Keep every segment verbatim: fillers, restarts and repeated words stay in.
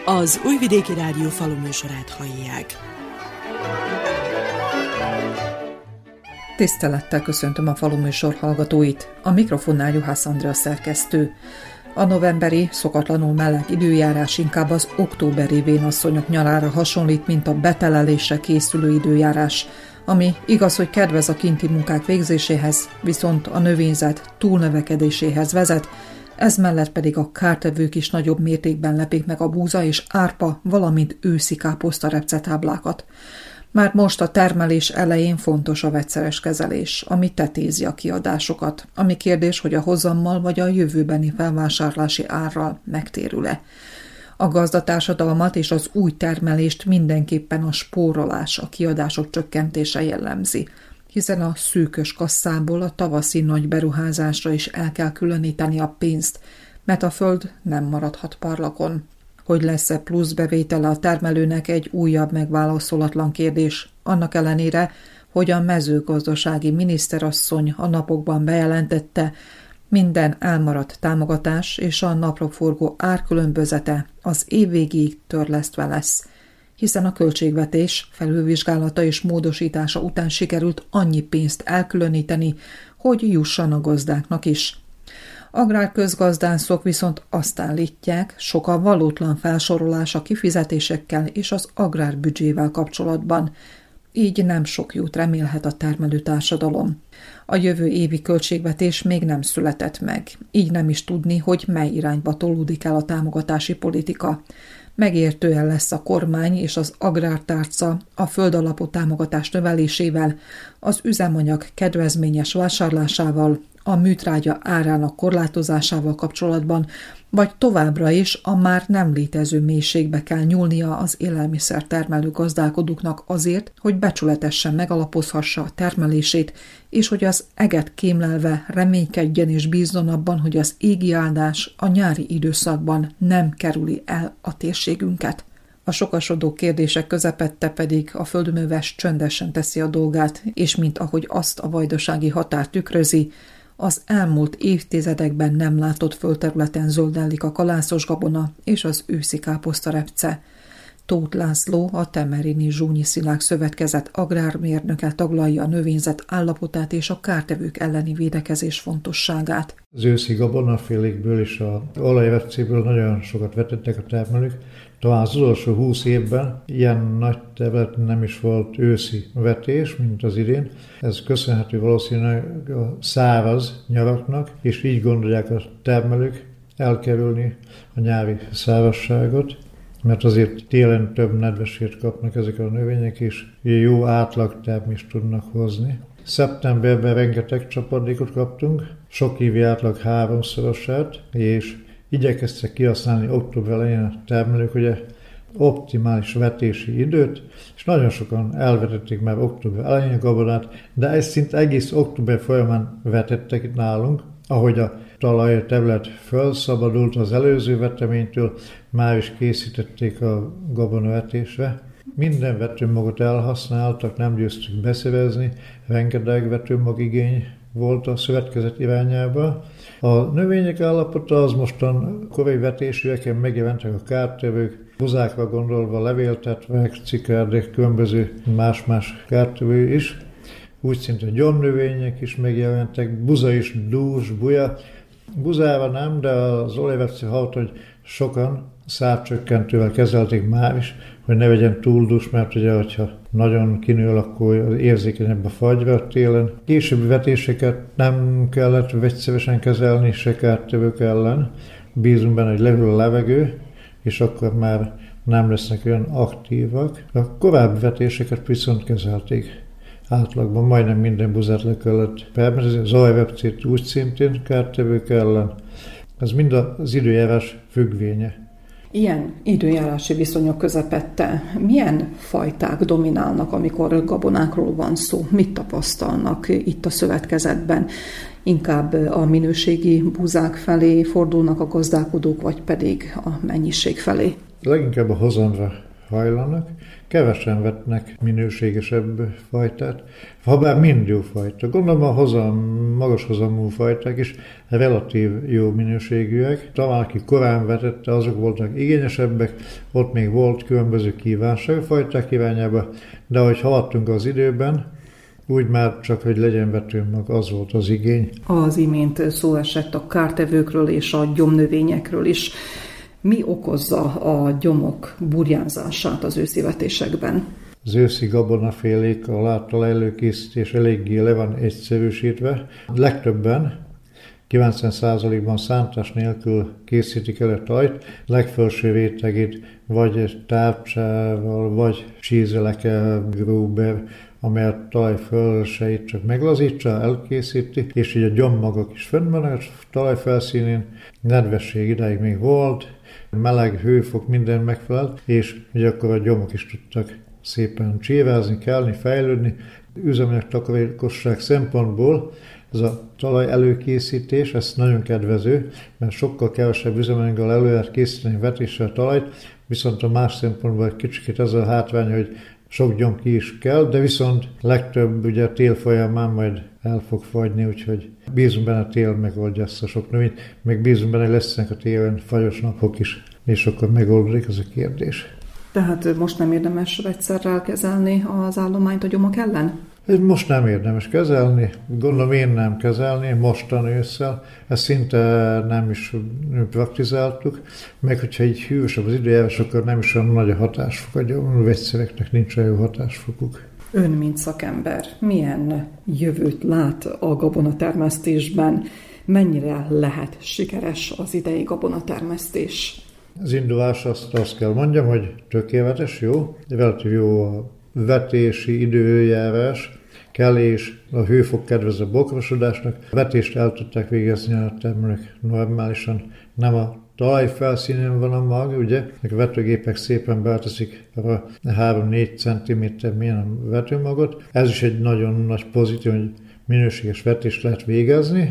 Az Újvidéki Rádió faluműsorát hallják. Tisztelettel köszöntöm a faluműsor hallgatóit. A mikrofonnál Juhász Andrea szerkesztő. A novemberi, szokatlanul meleg időjárás inkább az októberi vénasszonyok nyarára hasonlít, mint a betelelésre készülő időjárás, ami igaz, hogy kedvez a kinti munkák végzéséhez, viszont a növényzet túlnövekedéséhez vezet, ez mellett pedig a kártevők is nagyobb mértékben lepik meg a búza és árpa, valamint őszi káposzta repcetáblákat. Már most a termelés elején fontos a vegyszeres kezelés, ami tetézi a kiadásokat. Ami kérdés, hogy a hozammal vagy a jövőbeni felvásárlási árral megtérül-e. A gazdatársadalmat és az új termelést mindenképpen a spórolás, a kiadások csökkentése jellemzi, hiszen a szűkös kasszából a tavaszi nagy beruházásra is el kell különíteni a pénzt, mert a föld nem maradhat parlagon. Hogy lesz-e plusz bevétele a termelőnek, egy újabb megválaszolatlan kérdés, annak ellenére, hogy a mezőgazdasági miniszterasszony a napokban bejelentette, minden elmaradt támogatás és a napraforgó árkülönbözete az év végéig törlesztve lesz, hiszen a költségvetés felülvizsgálata és módosítása után sikerült annyi pénzt elkülöníteni, hogy jusson a gazdáknak is. Agrárközgazdászok viszont azt állítják, sok a valótlan felsorolás a kifizetésekkel és az agrárbüdzsével kapcsolatban, így nem sok jót remélhet a termelő társadalom. A jövő évi költségvetés még nem született meg, így nem is tudni, hogy mely irányba tolódik el a támogatási politika. Megértően lesz a kormány és az agrártárca a földalapú támogatás növelésével, az üzemanyag kedvezményes vásárlásával, a műtrágya árának korlátozásával kapcsolatban, vagy továbbra is a már nem létező mélységbe kell nyúlnia az élelmiszertermelő gazdálkodóknak azért, hogy becsületesen megalapozhassa a termelését, és hogy az eget kémlelve reménykedjen és bízzon abban, hogy az égi áldás a nyári időszakban nem kerüli el a térségünket. A sokasodó kérdések közepette pedig a földműves csöndesen teszi a dolgát, és mint ahogy azt a vajdasági határ tükrözi, az elmúlt évtizedekben nem látott földterületen zöldellik a kalászos gabona és az őszi káposztarepce. Tóth László, a Temerini Zsúnyi Szilák Szövetkezet agrármérnöke taglalja a növényzet állapotát és a kártevők elleni védekezés fontosságát. Az őszi gabonafélékből és az olajrepcéből nagyon sokat vetettek a termelők. Talán az utolsó húsz évben ilyen nagy területen nem is volt őszi vetés, mint az idén. Ez köszönhető valószínűleg a száraz nyaraknak, és így gondolják a termelők elkerülni a nyári szárazságot, mert azért télen több nedvesét kapnak ezek a növények, és jó átlagtermést tudnak hozni. Szeptemberben rengeteg csapadékot kaptunk, sok évi átlag háromszorosát, és igyekeztek kihasználni október elején a termelők ugye optimális vetési időt, és nagyon sokan elvetették már október elején a gabonát, de ezt szinte egész október folyamán vetettek itt nálunk, ahogy a talaj terület felszabadult az előző veteménytől, már is készítették a gabonavetésre. Minden vetőmagot elhasználtak, nem győztük beszerezni, rengeteg vetőmag igény volt a szövetkezet irányába. A növények állapota az mostan korai vetésűeken megjelentek a kártevők, buzákra gondolva levéltetvek, cikárdek, különböző más-más kártevő is. Úgy szinte gyomnövények is megjelentek, buza is dús, buja. Buzára nem, de az olajrepce halt, hogy sokan szárcsökkentővel kezelték már is, hogy ne vegyen túl dús, mert ugye, hogyha nagyon kinől, akkor érzékenyebb a fagyra télen. Későbbi vetéseket nem kellett vegyszeresen kezelni, se kártevők ellen. Bízunk benne, hogy lehűl a levegő, és akkor már nem lesznek olyan aktívak. A korábbi vetéseket viszont kezelték. Átlagban majdnem minden buzát le kellett permezni, az olajrepcét úgy szintén kártevők ellen. Ez mind az időjárás függvénye. Ilyen időjárási viszonyok közepette milyen fajták dominálnak, amikor gabonákról van szó? Mit tapasztalnak itt a szövetkezetben? Inkább a minőségi búzák felé fordulnak a gazdálkodók, vagy pedig a mennyiség felé? Leginkább a hozamra hajlanak, kevesen vetnek minőségesebb fajtát, habár mind jó fajta. Gondolom a hozam, magas hozamú fajták is relatív jó minőségűek. Talán aki korán vetette, azok voltak igényesebbek, ott még volt különböző kívánság a fajták irányába, de ahogy haladtunk az időben, úgy már csak, hogy legyen vetőmag, az volt az igény. Az imént szó esett a kártevőkről és a gyomnövényekről is. Mi okozza a gyomok burjánzását az őszi vetésekben? Az őszi gabonafélék, a láttalaj előkészítés eléggé le van egyszerűsítve. Legtöbben, kilencven százalékban szántás nélkül készítik el a talajt, legfelső rétegét vagy tárcsával, vagy csízelekkel, gruber, amely a talaj felsejét csak meglazítsa, elkészíti, és így a gyommagok is fönn vannak a talaj felszínén. Nedvesség idáig még volt, meleg, hőfok, minden megfelelt, és ugye akkor a gyomok is tudtak szépen csévázni, kelni, fejlődni. Üzemanyag takarékosság szempontból ez a talaj előkészítés, ez nagyon kedvező, mert sokkal kevesebb üzemanyaggal elő lehet készíteni vetésre a talajt, viszont a más szempontból egy kicsit ez a hátrány, hogy sok gyom ki is kell, de viszont legtöbb ugye a tél folyamán majd el fog fagyni, úgyhogy bízunk benne, a tél megoldja ezt a sok növényt, meg bízunk benne, hogy lesznek a télen fagyos napok is, és akkor megoldódik az a kérdés. Tehát most nem érdemes vegyszerrel kezelni az állományt a gyomok ellen? Most nem érdemes kezelni, gondolom én nem kezelni, mostan ősszel, ezt szinte nem is praktizáltuk, meg hogyha így hűvösebb az időjárás, akkor nem is olyan nagy a hatásfok, a vegyszereknek nincs olyan jó hatásfokuk. Ön, mint szakember, milyen jövőt lát a gabonatermesztésben? Mennyire lehet sikeres az idei gabonatermesztés? Az indulás azt, azt kell mondjam, hogy tökéletes, jó, relatív jó a vetési időjárás, kelés, a hőfok kedvez a bokrosodásnak. A vetést el tudták végezni a termelők normálisan. Nem a talaj felszínén van a mag, ugye? A vetőgépek szépen beteszik arra három-négy centiméter mélyen a vetőmagot. Ez is egy nagyon nagy pozitív, hogy minőséges vetést lehet végezni,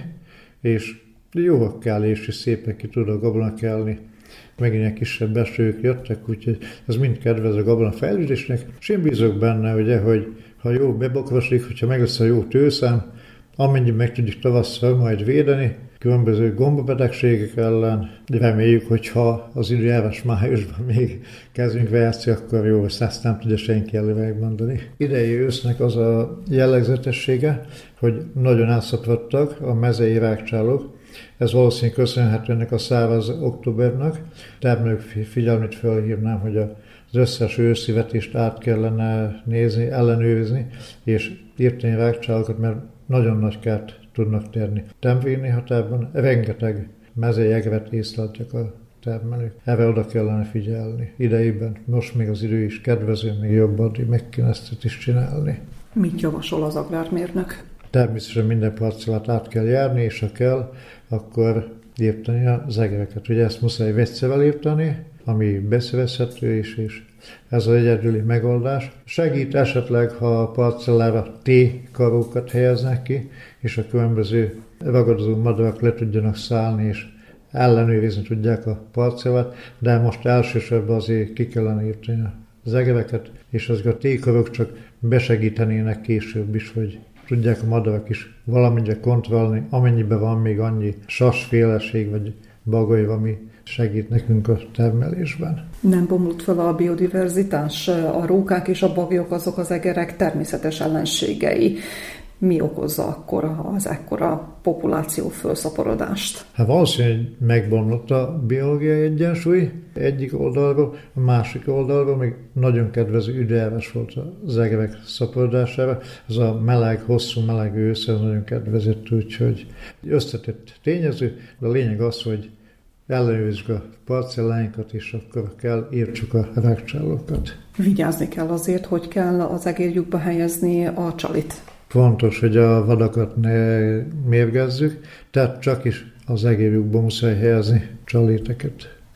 és jó a kelés is szépen ki tud a gabona kelni. Megint ilyen kisebb esők jöttek, úgyhogy ez mind kedvez a gabona fejlődésnek. És én bízok benne, ugye, hogy ha jó bebokroslik, hogyha meg lesz a jó tőszám, amennyiben meg tudjuk tavasszal majd védeni, különböző gombabetegségek ellen. Reméljük, hogy ha az időjárás májusban még kezdünk vejászni, akkor jó, ezt, ezt nem tudja senki elő megmondani. Idei ősznek az a jellegzetessége, hogy nagyon elszaporodtak a mezei rágcsálók. Ez valószínűleg köszönhető ennek a száraz októbernek. Termelők figyelmét felhívnám, hogy az összes őszi vetést át kellene nézni, ellenőrizni, és írtani rágcsálokat, mert nagyon nagy kárt tudnak tenni. Temvéni határban rengeteg mezei egeret észleltek a termelők. Erre oda kellene figyelni idejében. Most még az idő is kedvező, még jobb addig meg kéne ezt is csinálni. Mit javasol az agrármérnök? Természetesen minden parcellát át kell járni, és ha kell, akkor írtani az egereket. Ugye ezt muszáj vegyszerrel írtani, ami beszerezhető is, és ez az egyedüli megoldás. Segít esetleg, ha a parcellára T-karókat helyeznek ki, és a különböző ragadozó madarak le tudjanak szállni, és ellenőrizni tudják a parcellát, de most elsősorban azért ki kellene írtani az egereket, és azok a T-karok csak besegítenének később is, hogy tudják a madarak is valamennyire kontrollálni, amennyiben van még annyi sasféleség vagy bagoly, ami segít nekünk a termelésben. Nem bomlott fel a biodiverzitás? A rókák és a bagyok azok az egerek természetes ellenségei. Mi okozza akkor az ekkora populáció felszaporodást? Hát valószínűleg megbomlott a biológiai egyensúly egyik oldalról, a másik oldalról még nagyon kedvező időjárás volt az egerek szaporodására. Ez a meleg, hosszú meleg ősz, ez nagyon kedvezett, úgyhogy összetett tényező, de a lényeg az, hogy ellenőrizzük a parcelláinkat, és akkor kell írtsuk a rágcsálókat. Vigyázni kell azért, hogy kell az egérjukba helyezni a csalit. Fontos, hogy a vadakat ne mérgezzük, tehát csak is az egérjukba muszáj helyezni csaléteket.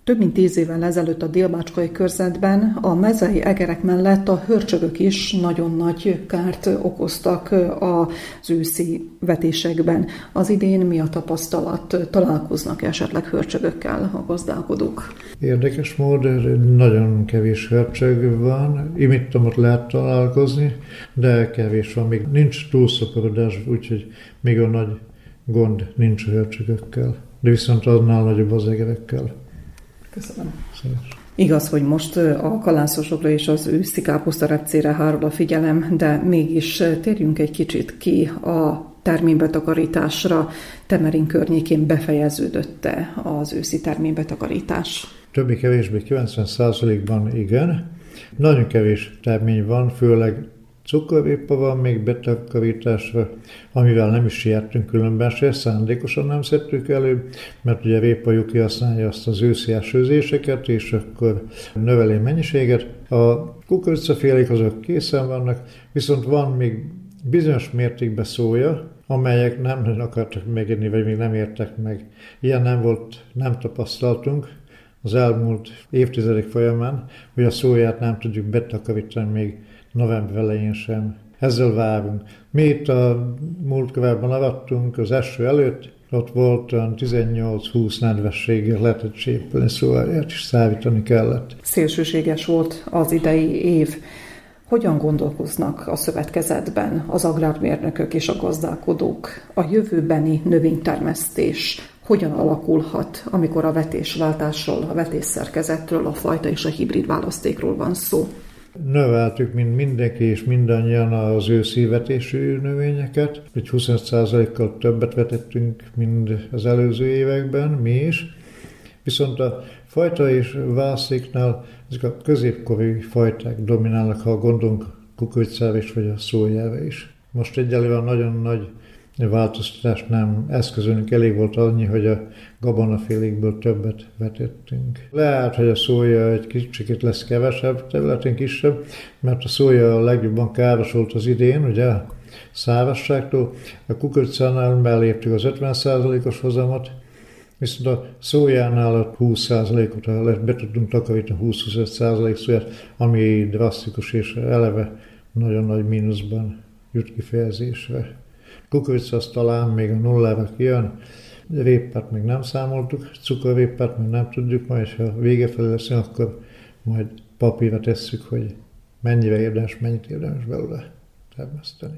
Több mint tíz évvel ezelőtt a Dél-Bácskai körzetben a mezei egerek mellett a hörcsögök is nagyon nagy kárt okoztak az őszi vetésekben. Az idén mi a tapasztalat? Találkoznak esetleg hörcsögökkel a gazdálkodók? Érdekes mód, nagyon kevés hörcsög van. Imittamot lehet találkozni, de kevés van. Még nincs túlszaporodás, úgyhogy még a nagy gond nincs a hörcsögökkel. De viszont annál nagyobb az egerekkel. Köszönöm. Széles. Igaz, hogy most a kalászosokra és az őszi káposztarepcére hárul a figyelem, de mégis térjünk egy kicsit ki a terménybetakarításra. Temerin környékén befejeződött-e az őszi terménybetakarítás? Többé-kevésbé kilencven százalékban igen. Nagyon kevés termény van, főleg cukorrépa van még betakarításra, amivel nem is sietünk különben se, szándékosan nem szedtük elő, mert ugye répajuk kihasználja azt az őszi esőzéseket, és akkor növeli mennyiséget. A kukoricafélék azok készen vannak, viszont van még bizonyos mértékben szója, amelyek nem akartak megenni, vagy még nem értek meg. Ilyen nem volt, nem tapasztaltunk az elmúlt évtizedek folyamán, hogy a szóját nem tudjuk betakarítani még november elején sem. Ezzel várunk. Mi itt a múlt kövárban avattunk az eső előtt, ott volt tizennyolc-húsz nedvességgel lehetett csépelni, szóval ezt is számítani kellett. Szélsőséges volt az idei év. Hogyan gondolkoznak a szövetkezetben az agrármérnökök és a gazdálkodók? A jövőbeni növénytermesztés hogyan alakulhat, amikor a vetésváltásról, a vetésszerkezetről, a fajta és a hibrid választékról van szó? Növeltük, mint mindenki és mindannyian az őszi vetésű növényeket, hogy huszonöt százalékkal többet vetettünk, mint az előző években, mi is. Viszont a fajta és választéknál ezek a középkori fajták dominálnak, ha gondolunk kukoricára is, vagy a szójára is. Most egyelőre nagyon nagy változtatást nem eszközölünk, elég volt annyi, hogy a gabonafélékből többet vetettünk. Lehet, hogy a szója egy kicsit lesz kevesebb, területén kisebb, mert a szója a legjobban károsult az idén, ugye, szárazságtól. A kukoricánál beléptük az ötven százalékos hozamot, viszont a szójánál a húsz százalékot be tudtunk takarítani, húsz-huszonöt százalék szóját, ami drasztikus és eleve nagyon nagy mínuszban jut kifejezésre. Kukorica az talán még a nullára kijön, répát még nem számoltuk, cukorrépát még nem tudjuk, majd ha vége felé leszünk, akkor majd papírra tesszük, hogy mennyire érdemes, mennyit érdemes belőle termeszteni.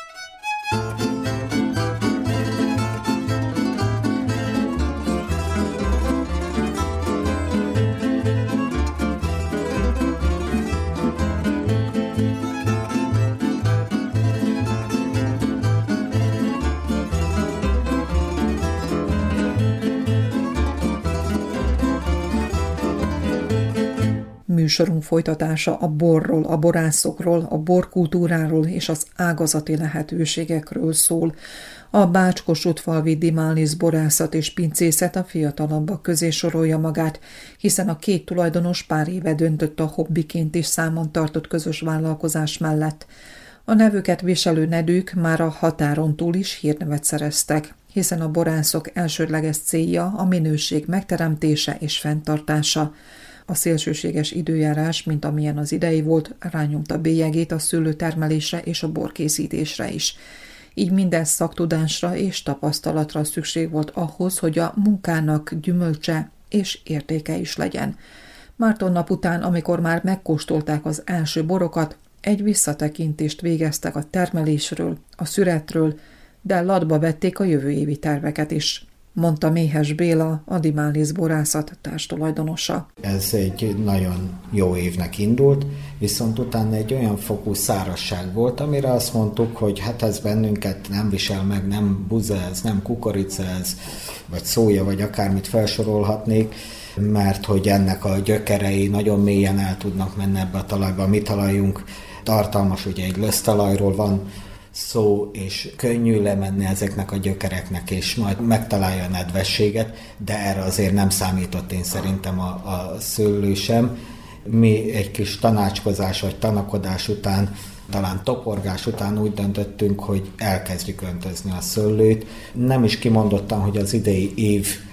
Műsorunk folytatása a borról, a borászokról, a borkultúráról és az ágazati lehetőségekről szól. A Bács-Kossuth-falvi Dimális borászat és pincészet a fiatalabbak közé sorolja magát, hiszen a két tulajdonos pár éve döntött a hobbiként is számon tartott közös vállalkozás mellett. A nevüket viselő nedűk már a határon túl is hírnevet szereztek, hiszen a borászok elsődleges célja a minőség megteremtése és fenntartása. A szélsőséges időjárás, mint amilyen az idei volt, rányomta bélyegét a szőlőtermelésre és a borkészítésre is. Így minden szaktudásra és tapasztalatra szükség volt ahhoz, hogy a munkának gyümölcse és értéke is legyen. Márton nap után, amikor már megkóstolták az első borokat, egy visszatekintést végeztek a termelésről, a szüretről, de latba vették a jövő évi terveket is, mondta Méhes Béla, a Dimális borászat társtulajdonosa. Ez egy nagyon jó évnek indult, viszont utána egy olyan fokú szárazság volt, amire azt mondtuk, hogy hát ez bennünket nem visel meg, nem buza ez, nem kukorica ez, vagy szója, vagy akármit felsorolhatnék, mert hogy ennek a gyökerei nagyon mélyen el tudnak menni ebbe a talajba. A mi talajunk tartalmas, ugye egy lösztalajról van szó, és könnyű lemenni ezeknek a gyökereknek, és majd megtalálja a nedvességet, de erre azért nem számított én szerintem a, a szőlő sem. Mi egy kis tanácskozás vagy tanakodás után, talán toporgás után úgy döntöttünk, hogy elkezdjük öntözni a szőlőt. Nem is kimondottan, hogy az idei év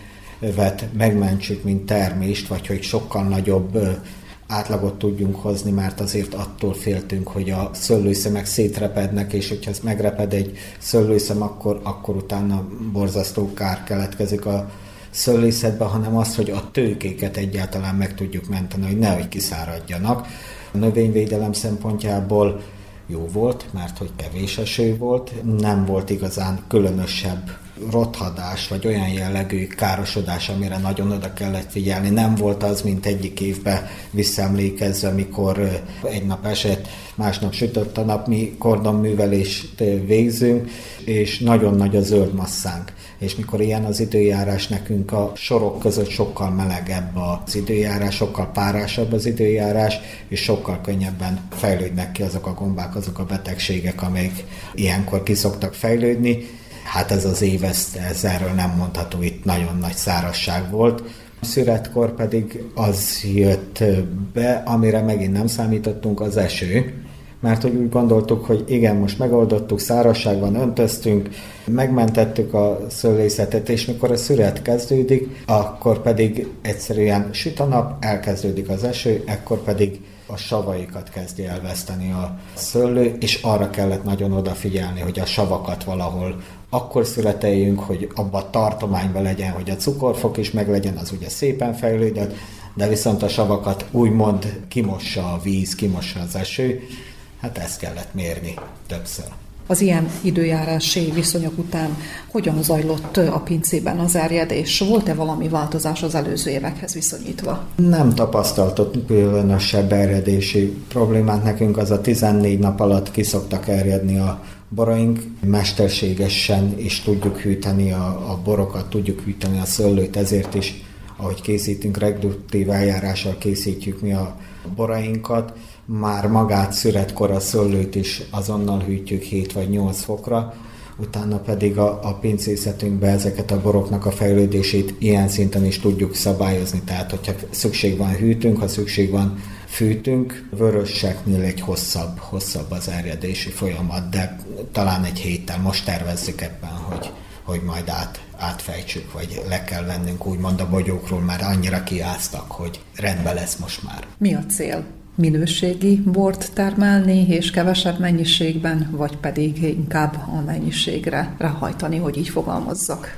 szőlőszöveget megmentsük, mint termést, vagy hogy sokkal nagyobb átlagot tudjunk hozni, mert azért attól féltünk, hogy a szőlőszemek szétrepednek, és hogyha ez megreped egy szőlőszem, akkor, akkor utána borzasztó kár keletkezik a szőlészetben, hanem az, hogy a tőkéket egyáltalán meg tudjuk menteni, hogy nehogy kiszáradjanak. A növényvédelem szempontjából jó volt, mert hogy kevés eső volt, nem volt igazán különösebb rothadás, vagy olyan jellegű károsodás, amire nagyon oda kellett figyelni. Nem volt az, mint egyik évben visszaemlékezve, mikor egy nap esett, másnap sütött a nap, mi kordonművelést végzünk, és nagyon nagy a zöld masszánk. És mikor ilyen az időjárás, nekünk a sorok között sokkal melegebb az időjárás, sokkal párásabb az időjárás, és sokkal könnyebben fejlődnek ki azok a gombák, azok a betegségek, amelyek ilyenkor ki szoktak fejlődni. Hát ez az év, ez, ez erről nem mondható, itt nagyon nagy szárazság volt. A szüretkor pedig az jött be, amire megint nem számítottunk, az eső. Mert hogy úgy gondoltuk, hogy igen, most megoldottuk, szárazság van, öntöztünk, megmentettük a szőlészetet, és mikor a szüret kezdődik, akkor pedig egyszerűen süt a nap, elkezdődik az eső, ekkor pedig a savaikat kezdi elveszteni a szőlő, és arra kellett nagyon odafigyelni, hogy a savakat valahol akkor születeljünk, hogy abban a tartományban legyen, hogy a cukorfok is meglegyen, az ugye szépen fejlődött, de viszont a savakat úgymond kimossa a víz, kimossa az eső, hát ezt kellett mérni többször. Az ilyen időjárási viszonyok után hogyan zajlott a pincében az erjedés? Volt-e valami változás az előző évekhez viszonyítva? Nem tapasztaltott különösebb erjedési problémát. Nekünk az a tizennégy nap alatt ki szoktak erjedni a boraink. Mesterségesen is tudjuk hűteni a, a borokat, tudjuk hűteni a szőlőt, ezért is, ahogy készítünk, reduktív eljárással készítjük mi a borainkat. Már magát szüretkor a szőlőt is azonnal hűtjük hét vagy nyolc fokra, utána pedig a, a pincészetünkben ezeket a boroknak a fejlődését ilyen szinten is tudjuk szabályozni, tehát hogyha szükség van hűtünk, ha szükség van fűtünk, vörösseknél egy hosszabb, hosszabb az erjedési folyamat, de talán egy héttel most tervezzük ebben, hogy, hogy majd át, átfejtsük, vagy le kell vennünk úgymond a bogyókról, mert annyira kiáztak, hogy rendben lesz most már. Mi a cél? Minőségi bort termelni és kevesebb mennyiségben, vagy pedig inkább a mennyiségre ráhajtani, hogy így fogalmazzak?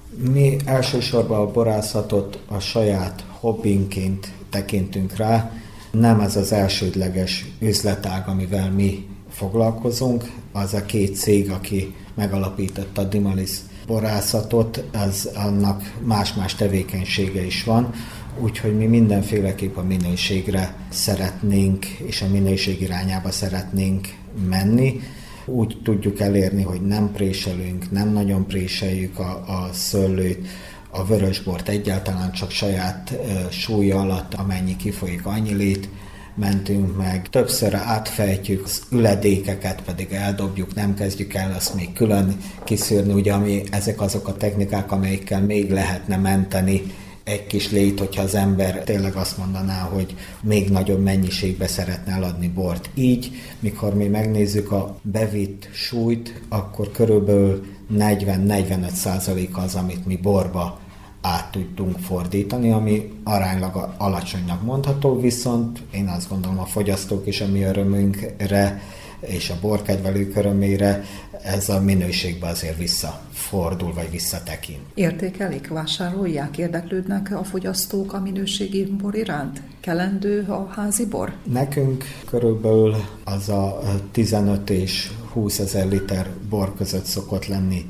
Mi elsősorban a borászatot a saját hobbinként tekintünk rá. Nem ez az elsődleges üzletág, amivel mi foglalkozunk. Az a két cég, aki megalapította a Dimalis borászatot, az annak más-más tevékenysége is van. Úgyhogy mi mindenféleképp a minőségre szeretnénk, és a minőség irányába szeretnénk menni. Úgy tudjuk elérni, hogy nem préselünk, nem nagyon préseljük a, a szőlőt, a vörösbort egyáltalán csak saját e, súlya alatt, amennyi kifolyik, annyi lét mentünk meg. Többször átfejtjük, az üledékeket pedig eldobjuk, nem kezdjük el azt még külön kiszűrni, ugye ami, ezek azok a technikák, amelyekkel még lehetne menteni egy kis lét, hogyha az ember tényleg azt mondaná, hogy még nagyobb mennyiségbe szeretne eladni bort. Így, mikor mi megnézzük a bevitt súlyt, akkor körülbelül negyven-negyvenöt százalék az, amit mi borba át tudtunk fordítani, ami aránylag alacsonynak mondható, viszont én azt gondolom a fogyasztók és a mi örömünkre és a borkedvelők örömére ez a minőségben azért visszafordul, vagy visszatekint. Értékelik, vásárolják, érdeklődnek a fogyasztók a minőségi bor iránt? Kelendő a házi bor? Nekünk körülbelül az a tizenöt és húsz ezer liter bor között szokott lenni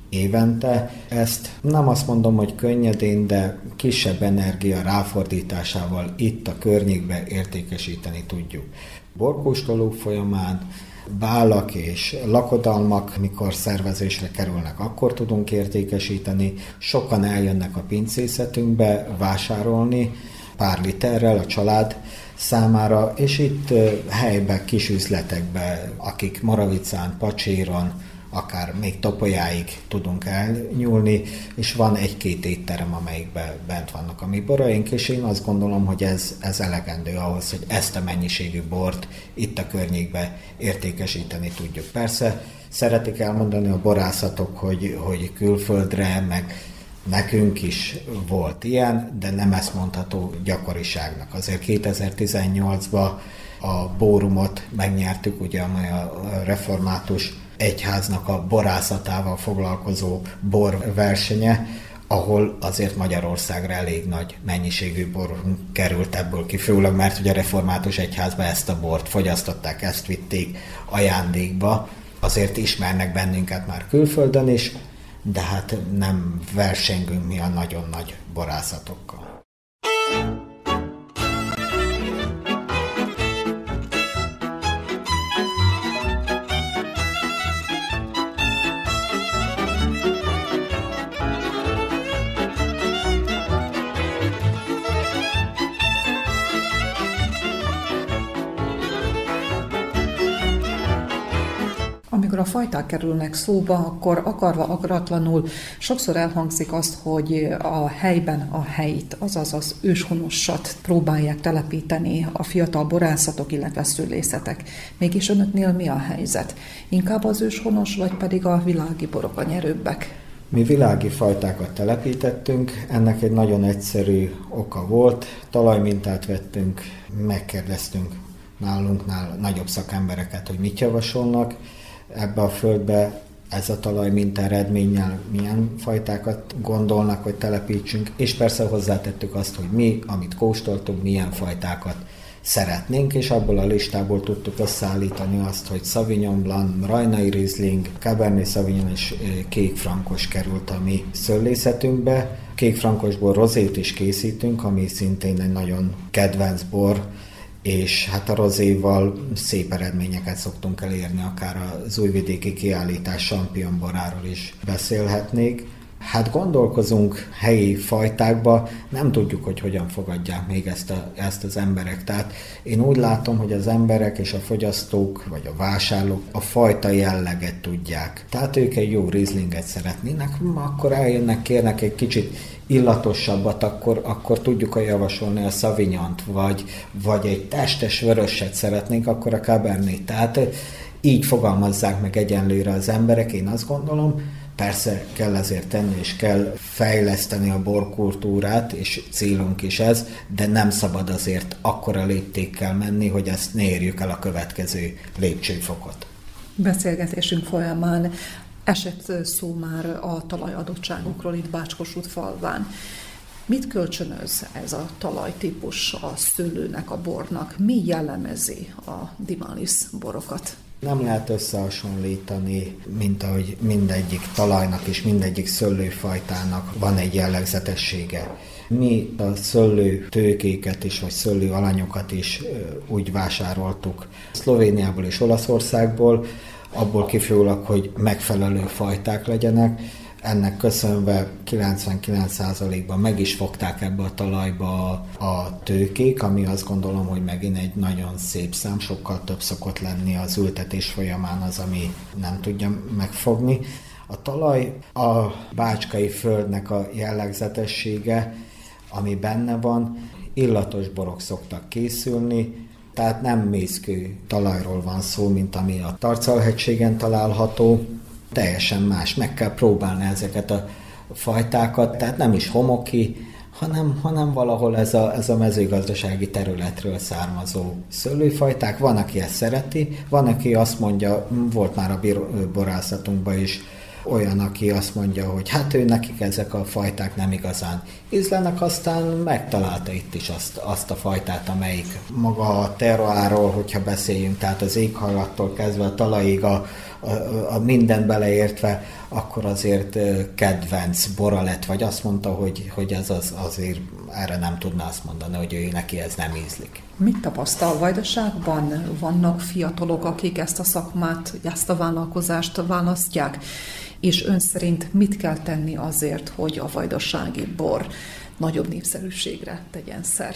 évente. Ezt nem azt mondom, hogy könnyedén, de kisebb energia ráfordításával itt a környékben értékesíteni tudjuk. Borkóstoló folyamán bálak és lakodalmak, mikor szervezésre kerülnek, akkor tudunk értékesíteni. Sokan eljönnek a pincészetünkbe vásárolni pár literrel a család számára, és itt helyben, kis üzletekben, akik Moravicán, Pacséron, akár még Topolyáig tudunk elnyúlni, és van egy-két étterem, amelyikben bent vannak a mi boraink, és én azt gondolom, hogy ez, ez elegendő ahhoz, hogy ezt a mennyiségű bort itt a környékben értékesíteni tudjuk. Persze szeretik elmondani a borászatok, hogy, hogy külföldre, meg Nekünk is volt ilyen, de nem ezt mondható gyakoriságnak. Azért kétezer-tizennyolcban a bórumot megnyertük, ugye, amely a református egyháznak a borászatával foglalkozó borversenye, ahol azért Magyarországra elég nagy mennyiségű bor került ebből ki, főleg mert ugye a református egyházba ezt a bort fogyasztották, ezt vitték ajándékba. Azért ismernek bennünket már külföldön is, de hát nem versengünk mi a nagyon nagy borászatokkal. Amikor a fajták kerülnek szóba, akkor akarva akaratlanul sokszor elhangzik azt, hogy a helyben a helyit, azaz az őshonossat próbálják telepíteni a fiatal borászatok, illetve szőlészetek. Mégis önöknél mi a helyzet? Inkább az őshonos, vagy pedig a világi borok a nyerőbbek? Mi világi fajtákat telepítettünk, ennek egy nagyon egyszerű oka volt. Talajmintát vettünk, megkérdeztünk nálunknál nagyobb szakembereket, hogy mit javasolnak. Ebbe a földbe ez a talajminta eredménnyel milyen fajtákat gondolnak, hogy telepítsünk, és persze hozzátettük azt, hogy mi, amit kóstoltunk, milyen fajtákat szeretnénk, és abból a listából tudtuk összeállítani azt, hogy Sauvignon Blanc, Rajnai Riesling, Cabernet Sauvignon és kékfrankos került a mi szőlészetünkbe. Kékfrankosból rozét is készítünk, ami szintén egy nagyon kedvenc bor, és hát a rozéval szép eredményeket szoktunk elérni, akár az újvidéki kiállítás Champion boráról is beszélhetnék. Hát gondolkozunk helyi fajtákba, nem tudjuk, hogy hogyan fogadják még ezt, a, ezt az emberek. Tehát én úgy látom, hogy az emberek és a fogyasztók, vagy a vásárlók a fajta jelleget tudják. Tehát ők egy jó Rieslinget szeretnének, akkor eljönnek, kérnek egy kicsit illatosabbat, akkor, akkor tudjuk javasolni a Sauvignont, vagy, vagy egy testes vöröset szeretnénk, akkor a Cabernet. Tehát így fogalmazzák meg egyenlőre az emberek, én azt gondolom. Persze kell ezért tenni, és kell fejleszteni a borkultúrát, és célunk is ez, de nem szabad azért akkora léptékkel menni, hogy ezt ne érjük el a következő lépcsőfokot. Beszélgetésünk folyamán esett szó már a talajadottságokról itt Bács-Kossuth-Falván. Mit kölcsönöz ez a talajtípus a szőlőnek, a bornak? Mi jellemezi a Dimalis borokat? Nem lehet összehasonlítani, mint ahogy mindegyik talajnak és mindegyik szőlőfajtának van egy jellegzetessége. Mi a szőlő tőkéket is, vagy szőlő alanyokat is úgy vásároltuk Szlovéniából és Olaszországból, abból kifolyólag, hogy megfelelő fajták legyenek. Ennek köszönve kilencvenkilenc százalékban meg is fogták ebbe a talajba a tőkék, ami azt gondolom, hogy megint egy nagyon szép szám, sokkal több szokott lenni az ültetés folyamán az, ami nem tudja megfogni. A talaj a bácskai földnek a jellegzetessége, ami benne van, illatos borok szoktak készülni, tehát nem mészkő talajról van szó, mint ami a Tarcal-hegységen található, teljesen más, meg kell próbálni ezeket a fajtákat, tehát nem is homoki, hanem, hanem valahol ez a, ez a mezőgazdasági területről származó szőlőfajták. Van, aki ezt szereti, van, aki azt mondja, volt már a borászatunkban is olyan, aki azt mondja, hogy hát ő nekik ezek a fajták nem igazán ízlenek, aztán megtalálta itt is azt, azt a fajtát, amelyik maga a terroárról, hogyha beszéljünk, tehát az éghajlattól kezdve a talajig, a, a, a mindent beleértve, akkor azért kedvenc bora lett, vagy azt mondta, hogy, hogy ez az, azért erre nem tudná azt mondani, hogy ő neki ez nem ízlik. Mit tapasztal Vajdaságban? Vannak fiatalok, akik ezt a szakmát, ezt a vállalkozást választják? És ön szerint mit kell tenni azért, hogy a vajdasági bor nagyobb népszerűségre tegyen szert?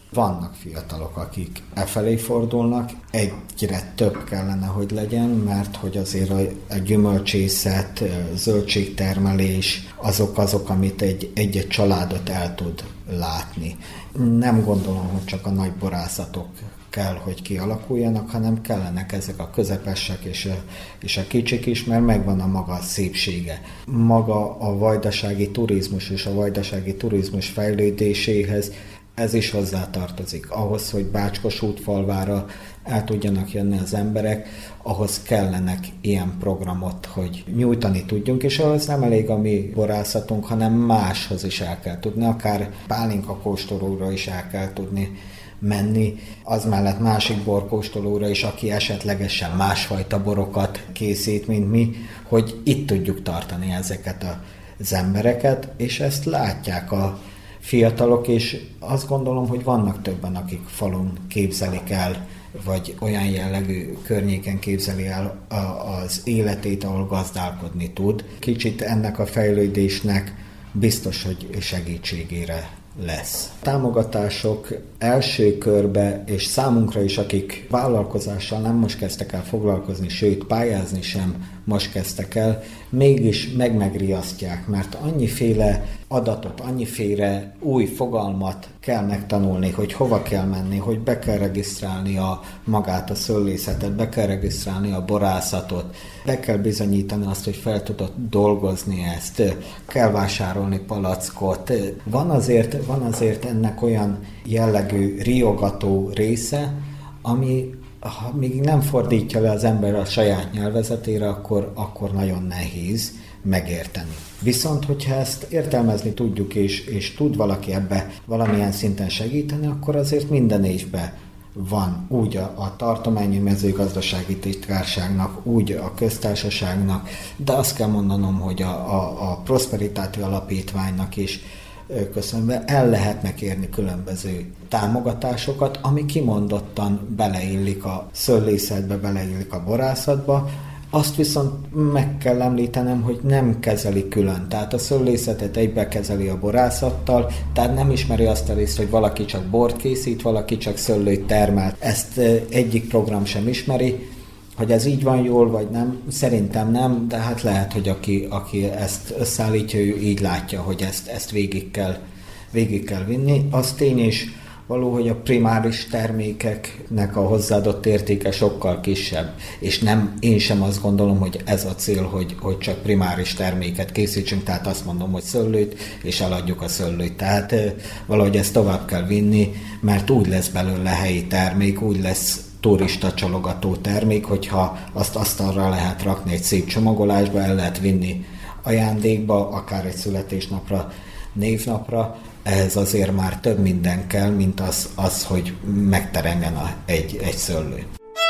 Vannak fiatalok, akik e felé fordulnak, egyre több kellene, hogy legyen, mert hogy azért a, a gyümölcsészet, a zöldségtermelés, azok azok, amit egy, egy-egy családot el tud látni. Nem gondolom, hogy csak a nagy borászatok kell, hogy kialakuljanak, hanem kellenek ezek a közepesek és a, és a kicsik is, mert megvan a maga szépsége. Maga a vajdasági turizmus és a vajdasági turizmus fejlődéséhez ez is hozzátartozik. Ahhoz, hogy Bács-Kossuth-Falvára el tudjanak jönni az emberek, ahhoz kellenek ilyen programot, hogy nyújtani tudjunk, és ahhoz nem elég a mi borászatunk, hanem máshoz is el kell tudni, akár pálinka kóstolóra is el kell tudni menni, az mellett másik borkóstolóra is, aki esetlegesen másfajta borokat készít, mint mi, hogy itt tudjuk tartani ezeket az embereket, és ezt látják a fiatalok, és azt gondolom, hogy vannak többen, akik falun képzelik el, vagy olyan jellegű környéken képzeli el az életét, ahol gazdálkodni tud. Kicsit ennek a fejlődésnek biztos, hogy segítségére lesz. Támogatások első körbe, és számunkra is, akik vállalkozással nem most kezdtek el foglalkozni, sőt pályázni sem most kezdtek el, mégis meg-megriasztják, mert annyiféle adatot, annyiféle új fogalmat kell megtanulni, hogy hova kell menni, hogy be kell regisztrálni a magát a szőlészetet, be kell regisztrálni a borászatot, be kell bizonyítani azt, hogy fel tudod dolgozni ezt, kell vásárolni palackot. Van azért, van azért ennek olyan jellegű riogató része, ami ha még nem fordítja le az ember a saját nyelvezetére, akkor, akkor nagyon nehéz megérteni. Viszont, hogyha ezt értelmezni tudjuk, és, és tud valaki ebbe valamilyen szinten segíteni, akkor azért minden évben van úgy a, a tartományi mezőgazdasági titkárságnak, úgy a köztársaságnak, de azt kell mondanom, hogy a, a, a Prosperitáti Alapítványnak is köszönve el lehetnek érni különböző támogatásokat, ami kimondottan beleillik a szőlészetbe, beleillik a borászatba. Azt viszont meg kell említenem, hogy nem kezeli külön. Tehát a szőlészetet egybe kezeli a borászattal, tehát nem ismeri azt a részt, hogy valaki csak bort készít, valaki csak szőlőt termel. Ezt egyik program sem ismeri. Hogy ez így van jól, vagy nem, szerintem nem, de hát lehet, hogy aki, aki ezt összeállítja, ő így látja, hogy ezt, ezt végig, kell, végig kell vinni. Az tény is való, hogy a primáris termékeknek a hozzáadott értéke sokkal kisebb, és nem, én sem azt gondolom, hogy ez a cél, hogy, hogy csak primáris terméket készítsünk, tehát azt mondom, hogy szőlőt, és eladjuk a szőlőt. Tehát valahogy ezt tovább kell vinni, mert úgy lesz belőle helyi termék, úgy lesz turista csalogató termék, hogyha azt asztalra lehet rakni egy szép csomagolásba, el lehet vinni ajándékba, akár egy születésnapra, névnapra, ehhez azért már több minden kell, mint az, az hogy megteremjen a, egy, egy szőlő.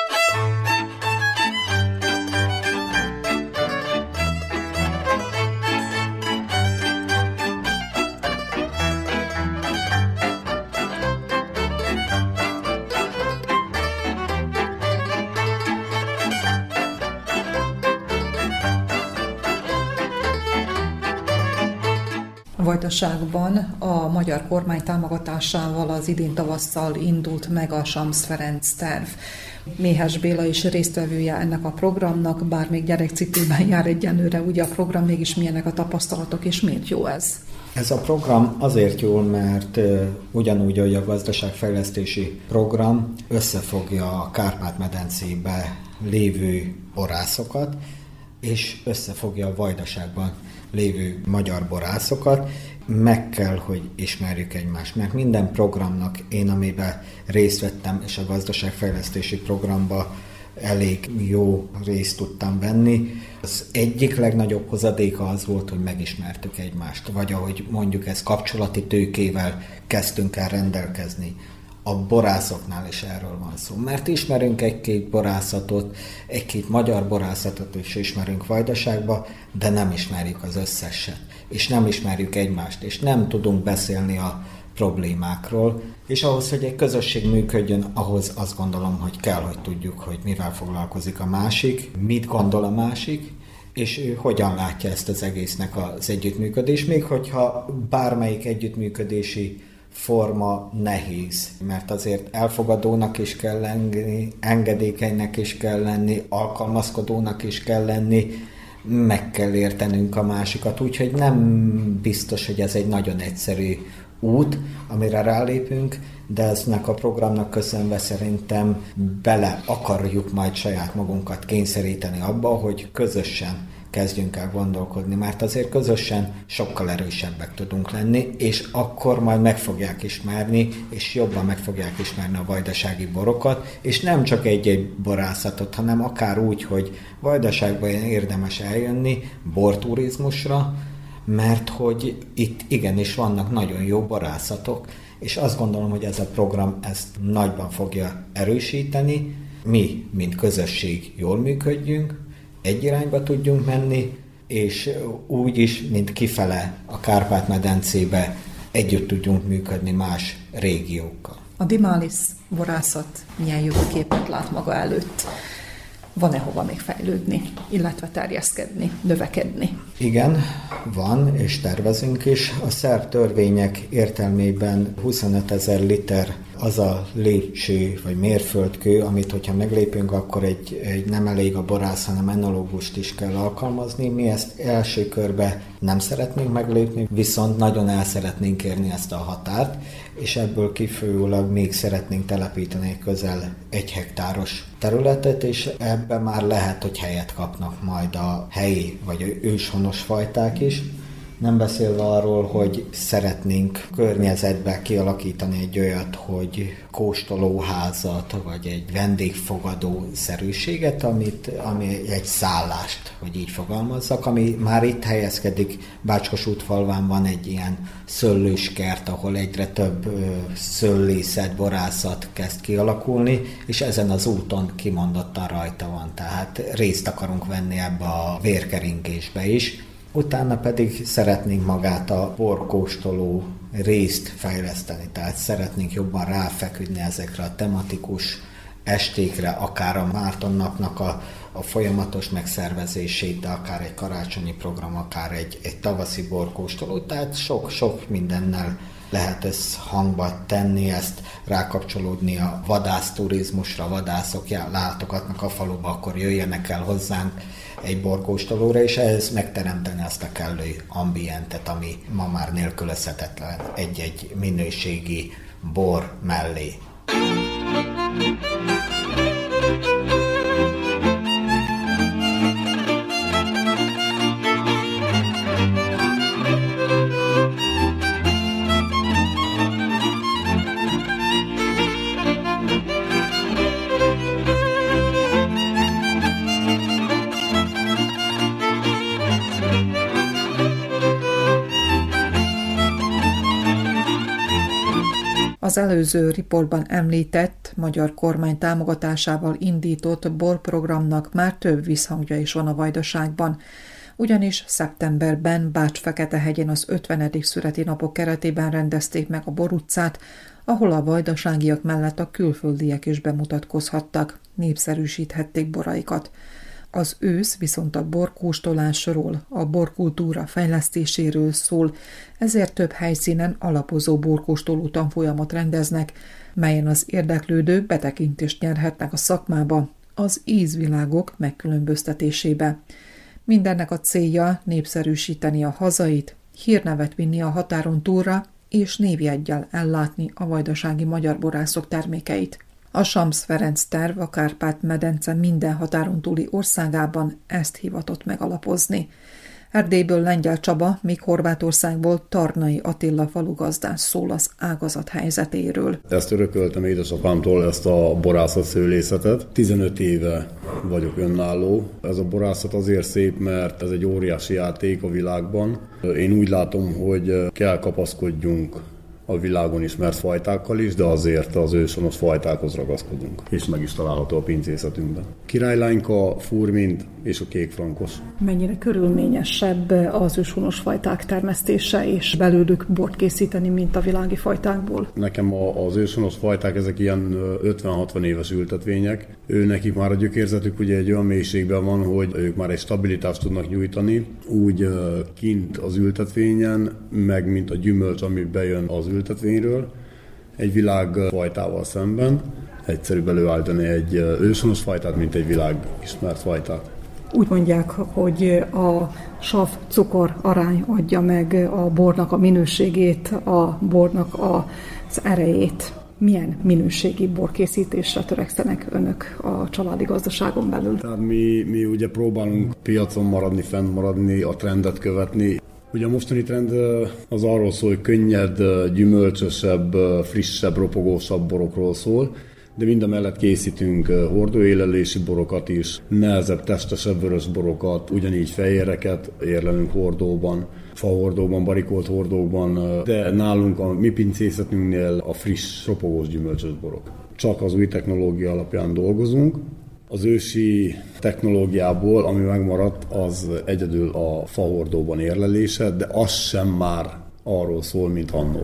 Vajdaságban a magyar kormány támogatásával az idén tavasszal indult meg a Sams Ferenc terv. Méhes Béla is résztvevője ennek a programnak, bár még gyerekcipőben jár egyenlőre, ugye a program, mégis milyenek a tapasztalatok, és miért jó ez? Ez a program azért jó, mert uh, ugyanúgy, ahogy a gazdaságfejlesztési program összefogja a Kárpát-medencébe lévő borászokat, és összefogja a Vajdaságban lévő magyar borászokat, meg kell, hogy ismerjük egymást, mert minden programnak én, amiben részt vettem, és a gazdaságfejlesztési programba elég jó részt tudtam venni, az egyik legnagyobb hozadéka az volt, hogy megismertük egymást, vagy ahogy mondjuk ez kapcsolati tőkével kezdtünk el rendelkezni. A borászoknál is erről van szó, mert ismerünk egy-két borászatot, egy-két magyar borászatot is ismerünk Vajdaságba, de nem ismerjük az összeset, és nem ismerjük egymást, és nem tudunk beszélni a problémákról, és ahhoz, hogy egy közösség működjön, ahhoz azt gondolom, hogy kell, hogy tudjuk, hogy mivel foglalkozik a másik, mit gondol a másik, és ő hogyan látja ezt az egésznek az együttműködést, még hogyha bármelyik együttműködési forma nehéz, mert azért elfogadónak is kell lenni, engedékenynek is kell lenni, alkalmazkodónak is kell lenni, meg kell értenünk a másikat, úgyhogy nem biztos, hogy ez egy nagyon egyszerű út, amire rálépünk, de eznek a programnak köszönve szerintem bele akarjuk majd saját magunkat kényszeríteni abba, hogy közösen kezdjünk el gondolkodni, mert azért közösen sokkal erősebbek tudunk lenni, és akkor majd meg fogják ismerni, és jobban meg fogják ismerni a vajdasági borokat, és nem csak egy-egy borászatot, hanem akár úgy, hogy Vajdaságban érdemes eljönni borturizmusra, mert hogy itt igenis vannak nagyon jó borászatok, és azt gondolom, hogy ez a program ezt nagyban fogja erősíteni, mi, mint közösség jól működjünk, egy irányba tudjunk menni, és úgy is, mint kifele a Kárpát-medencébe együtt tudjunk működni más régiókkal. A Dimális borászat milyen jövőképet lát maga előtt? Van-e hova még fejlődni, illetve terjeszkedni, növekedni? Igen, van, és tervezünk is. A szerb törvények értelmében huszonöt ezer liter az a lépcső, vagy mérföldkő, amit hogyha meglépünk, akkor egy, egy nem elég a borász, hanem enológust is kell alkalmazni. Mi ezt első körbe nem szeretnénk meglépni, viszont nagyon el szeretnénk érni ezt a határt, és ebből kifolyólag még szeretnénk telepíteni egy közel egy hektáros területet, és ebben már lehet, hogy helyet kapnak majd a helyi vagy őshonos fajták is. Nem beszélve arról, hogy szeretnénk környezetbe kialakítani egy olyat, hogy kóstolóházat, vagy egy vendégfogadó szerűséget, amit, ami egy szállást, hogy így fogalmazzak, ami már itt helyezkedik. Bácskosútfalván van egy ilyen szőlőskert, ahol egyre több szőlészet, borászat kezd kialakulni, és ezen az úton kimondottan rajta van, tehát részt akarunk venni ebbe a vérkeringésbe is. Utána pedig szeretnénk magát a borkóstoló részt fejleszteni, tehát szeretnénk jobban ráfeküdni ezekre a tematikus estékre, akár a Mártonnapnak a, a folyamatos megszervezését, de akár egy karácsonyi program, akár egy, egy tavaszi borkóstoló, tehát sok-sok mindennel lehet ezt hangba tenni, ezt rákapcsolódni a vadászturizmusra, vadászok látogatnak a faluba, akkor jöjjenek el hozzánk egy borkóstolóra, és ehhez megteremteni azt a kellő ambientet, ami ma már nélkülözhetetlen egy-egy minőségi bor mellé. Az előző riportban említett magyar kormány támogatásával indított borprogramnak már több visszhangja is van a Vajdaságban, ugyanis szeptemberben Bács-Feketehegyen az ötvenedik születésnapok keretében rendezték meg a Bor utcát, ahol a vajdaságiak mellett a külföldiek is bemutatkozhattak, népszerűsíthették boraikat. Az ősz viszont a borkóstolásról, a borkultúra fejlesztéséről szól, ezért több helyszínen alapozó borkóstoló tanfolyamot rendeznek, melyen az érdeklődők betekintést nyerhetnek a szakmába, az ízvilágok megkülönböztetésébe. Mindennek a célja népszerűsíteni a hazait, hírnevet vinni a határon túlra, és névjeggyel ellátni a vajdasági magyar borászok termékeit. A Samsz Ferenc terv a Kárpát-medence minden határon túli országában ezt hivatott megalapozni. Erdélyből Lengyel Csaba, míg Horvátországból Tarnai Attila falugazdász szól az ágazat helyzetéről. Ezt örököltem édesapámtól, ezt a borászat szőlészetet. tizenöt éve vagyok önálló. Ez a borászat azért szép, mert ez egy óriási játék a világban. Én úgy látom, hogy kell kapaszkodjunk a világon ismert fajtákkal is, de azért az őshonos fajtákhoz ragaszkodunk, és meg is található a pincészetünkben. Királylányka, furmint és a kékfrankos. Mennyire körülményesebb az őshonos fajták termesztése, és belőlük bort készíteni, mint a világi fajtákból? Nekem az őshonos fajták, ezek ilyen ötven-hatvan éves ültetvények. Ő nekik már a gyökérzetük ugye egy olyan mélységben van, hogy ők már egy stabilitást tudnak nyújtani, úgy kint az ültetvényen, meg mint a gyümölcs, ami bejön az ültetvényen, ültetvényről, egy világfajtával szemben. Egyszerűbb előállítani egy őshonos fajtát, mint egy világismert fajtát. Úgy mondják, hogy a sav-cukor arány adja meg a bornak a minőségét, a bornak az erejét. Milyen minőségi borkészítésre törekszenek önök a családi gazdaságon belül? Tehát mi, mi ugye próbálunk piacon maradni, fent maradni, a trendet követni. Ugye a mostani trend az arról szól, hogy könnyed, gyümölcsösebb, frissebb, ropogósabb borokról szól, de mindamellett készítünk hordóélelési borokat is, nehezebb, testesebb vörös borokat, ugyanígy fehéreket érlelünk hordóban, fahordóban, barikolt hordóban, de nálunk a mi pincészetünknél a friss, ropogós gyümölcsös borok. Csak az új technológia alapján dolgozunk. Az ősi technológiából, ami megmaradt, az egyedül a fahordóban érlelése, de az sem már arról szól, mint annó.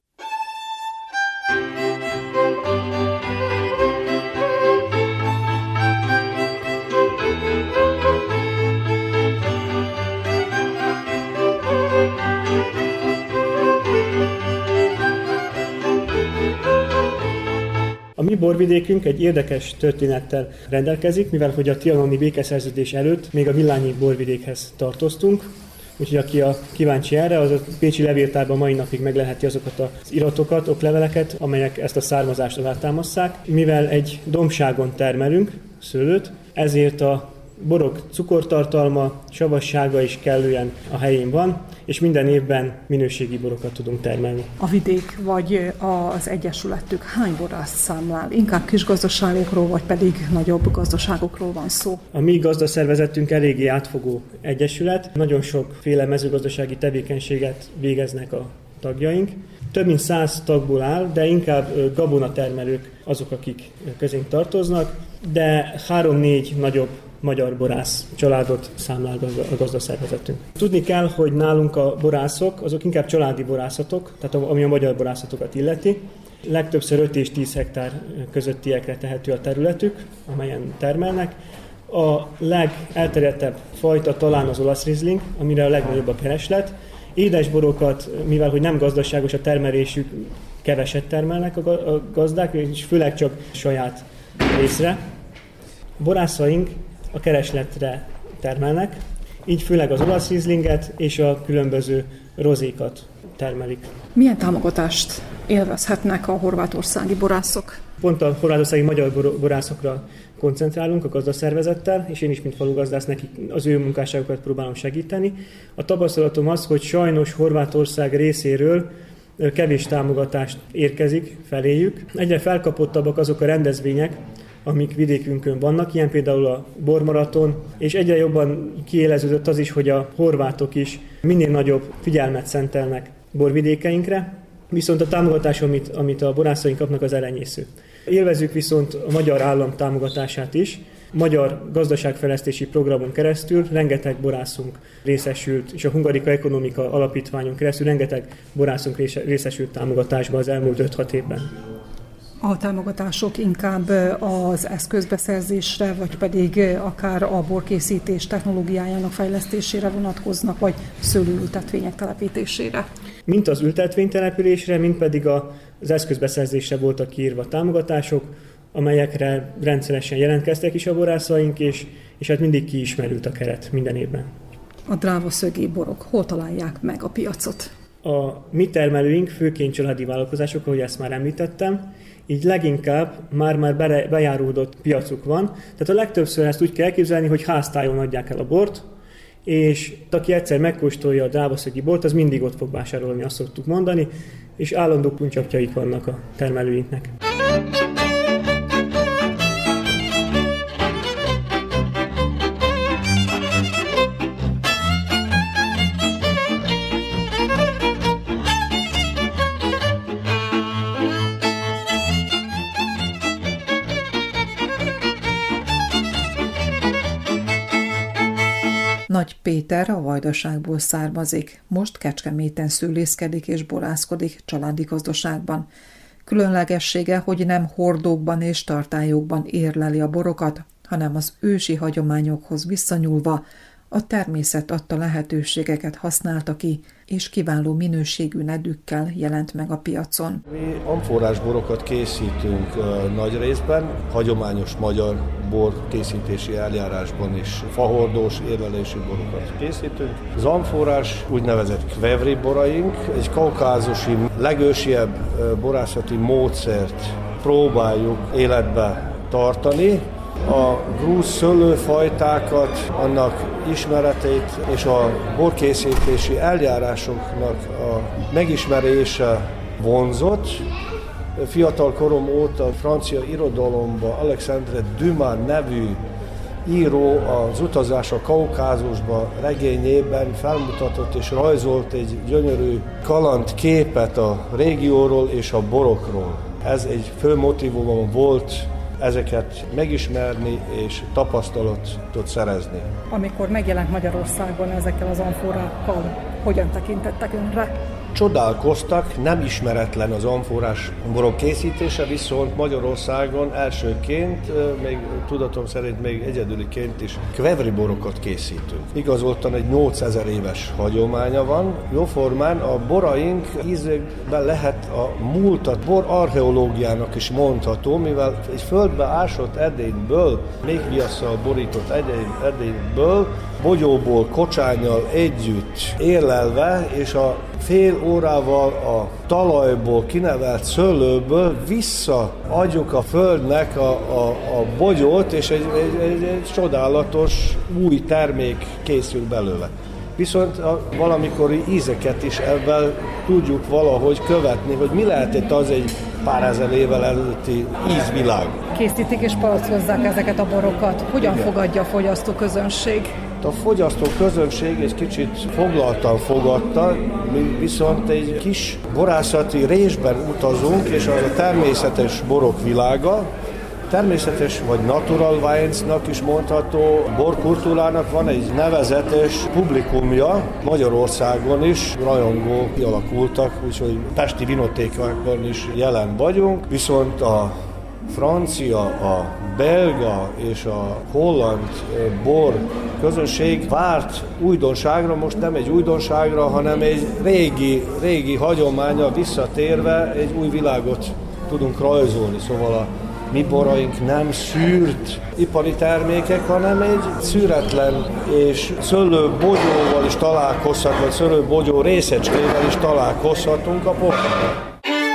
A mi borvidékünk egy érdekes történettel rendelkezik, mivel hogy a trianoni békeszerződés előtt még a Villányi borvidékhez tartoztunk, úgyhogy aki a kíváncsi erre, az a pécsi levéltárban mai napig megleheti azokat az iratokat, okleveleket, amelyek ezt a származást alátámasztják. Mivel egy dombságon termelünk szőlőt, ezért a borok cukortartalma, savassága is kellően a helyén van, és minden évben minőségi borokat tudunk termelni. A vidék vagy az egyesületük hány borászt számlál? Inkább kis gazdaságokról, vagy pedig nagyobb gazdaságokról van szó? A mi gazdaszervezetünk eléggé átfogó egyesület. Nagyon sokféle mezőgazdasági tevékenységet végeznek a tagjaink. Több mint száz tagból áll, de inkább gabonatermelők azok, akik közénk tartoznak, de három-négy nagyobb magyar borász családot számlál a gazdaszervezetünk. Tudni kell, hogy nálunk a borászok, azok inkább családi borászatok, tehát ami a magyar borászatokat illeti. Legtöbbször öt és tíz hektár közöttiekre tehető a területük, amelyen termelnek. A legelterjedtebb fajta talán az olasz rizling, amire a legnagyobb a kereslet. Édesborokat, mivel hogy nem gazdaságos a termelésük, keveset termelnek a gazdák, és főleg csak saját részre. Borászaink a keresletre termelnek, így főleg az olasz rizlinget és a különböző rozékat termelik. Milyen támogatást élvezhetnek a horvátországi borászok? Pont a horvátországi magyar borászokra koncentrálunk a gazdaszervezettel, és én is, mint falugazdász, nekik az ő munkásságokat próbálom segíteni. A tapasztalatom az, hogy sajnos Horvátország részéről kevés támogatást érkezik feléjük. Egyre felkapottabbak azok a rendezvények, amik vidékünkön vannak, ilyen például a bormaraton, és egyre jobban kiéleződött az is, hogy a horvátok is minél nagyobb figyelmet szentelnek borvidékeinkre, viszont a támogatás, amit, amit a borászaink kapnak, az elenyésző. Élvezzük viszont a magyar állam támogatását is. Magyar gazdaságfejlesztési programon keresztül rengeteg borászunk részesült, és a Hungarika Ekonomika Alapítványon keresztül rengeteg borászunk részesült támogatásba az elmúlt öt-hat évben. A támogatások inkább az eszközbeszerzésre, vagy pedig akár a borkészítés technológiájának fejlesztésére vonatkoznak, vagy szőlőültetvények telepítésére? Mint az ültetvénytelepülésre, mint pedig az eszközbeszerzésre voltak kiírva támogatások, amelyekre rendszeresen jelentkeztek is a borászaink, és, és hát mindig kiismerült a keret minden évben. A drávaszögi borok hol találják meg a piacot? A mi termelőink főként családi vállalkozások, ahogy ezt már említettem, így leginkább már-már bejáródott piacuk van. Tehát a legtöbbször ezt úgy kell elképzelni, hogy háztájon adják el a bort, és aki egyszer megkóstolja a drávaszögi bort, az mindig ott fog vásárolni, azt szoktuk mondani, és állandó puncsapjaik vannak a termelőinknek. Nagy Péter a Vajdaságból származik, most Kecskeméten szőlészkedik és borászkodik családi gazdaságban. Különlegessége, hogy nem hordókban és tartályokban érleli a borokat, hanem az ősi hagyományokhoz visszanyúlva a természet adta lehetőségeket használta ki, és kiváló minőségű nedükkel jelent meg a piacon. Mi amforás borokat készítünk uh, nagy részben, hagyományos magyar bor készítési eljárásban is fahordós, érlelési borokat készítünk. Az amforás úgynevezett kvevri boraink, egy kaukázusi, legősiebb uh, borászati módszert próbáljuk életbe tartani. A grúz szőlőfajtákat, annak ismeretét és a borkészítési eljárásoknak a megismerése vonzott. Fiatal korom óta francia irodalomban Alexandre Dumas nevű író az Utazás a Kaukázusba regényében felmutatott és rajzolt egy gyönyörű kalandképet a régióról és a borokról. Ez egy fő motívumom volt ezeket megismerni és tapasztalatot szerezni. Amikor megjelent Magyarországon ezekkel az amforákkal, hogyan tekintettek önre? Csodálkoztak, nem ismeretlen az amforás borok készítése, viszont Magyarországon elsőként, még tudatom szerint még egyedüliként is kvevri borokat készítünk. Igazoltan egy nyolcezer éves hagyománya van. Jóformán a boraink ízében lehet a múltat bor archeológiának is mondható, mivel egy földbe ásott edényből, még viasszal borított edény, edényből, bogyóból, kocsánnyal együtt érlelve, és a fél órával a talajból kinevelt szőlőből visszaadjuk a földnek a, a, a bogyót, és egy, egy, egy, egy csodálatos új termék készül belőle. Viszont a valamikori ízeket is ebben tudjuk valahogy követni, hogy mi lehetett az egy pár ezer évvel előtti ízvilág. Készítik és palackozzák ezeket a borokat. Hogyan Igen. fogadja a fogyasztó közönség? A fogyasztó közönség egy kicsit foglaltan fogadta, mi viszont egy kis borászati résben utazunk, és az a természetes borok világa. Természetes vagy natural wines-nak is mondható borkultúrának van egy nevezetes publikumja, Magyarországon is rajongó kialakultak, úgyhogy pesti vinotékákban is jelen vagyunk, viszont a francia, a belga és a holland bor közönség várt újdonságra, most nem egy újdonságra, hanem egy régi, régi hagyománya visszatérve egy új világot tudunk rajzolni, szóval a mi boraink nem szűrt ipari termékek, hanem egy szűretlen és szőlőbogyóval is találkozhat, vagy szőlőbogyó részecskével is találkozhatunk a porban.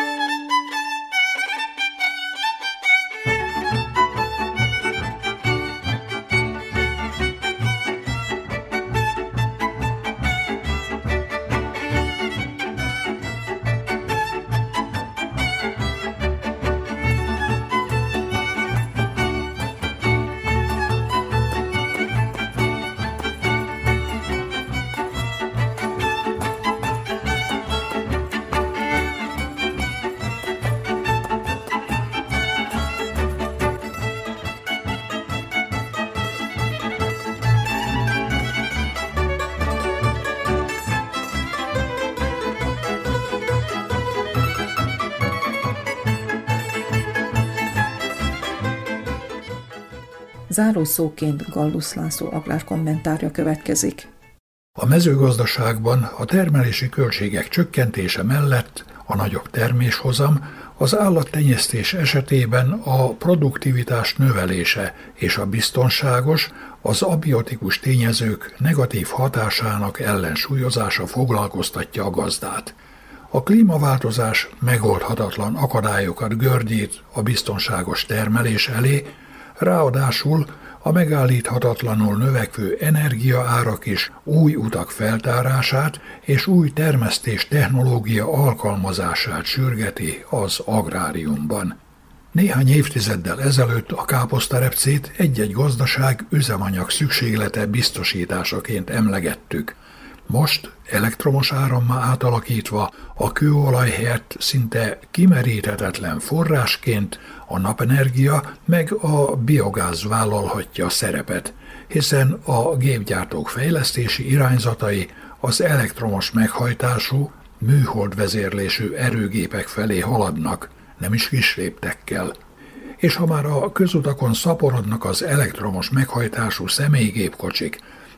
Zárószóként Gallus László agrárkommentárja következik. A mezőgazdaságban a termelési költségek csökkentése mellett a nagyobb terméshozam, az állattenyésztés esetében a produktivitás növelése és a biztonságos, az abiotikus tényezők negatív hatásának ellensúlyozása foglalkoztatja a gazdát. A klímaváltozás megoldhatatlan akadályokat gördít a biztonságos termelés elé, ráadásul a megállíthatatlanul növekvő energiaárak is új utak feltárását és új termesztés technológia alkalmazását sürgeti az agráriumban. Néhány évtizeddel ezelőtt a káposztarepcét egy-egy gazdaság üzemanyag szükséglete biztosításaként emlegettük. Most elektromos árammá átalakítva a kőolaj helyett szinte kimeríthetetlen forrásként a napenergia meg a biogáz vállalhatja a szerepet, hiszen a gépgyártók fejlesztési irányzatai az elektromos meghajtású, műholdvezérlésű erőgépek felé haladnak, nem is kis léptekkel. És ha már a közutakon szaporodnak az elektromos meghajtású személygépkocsik,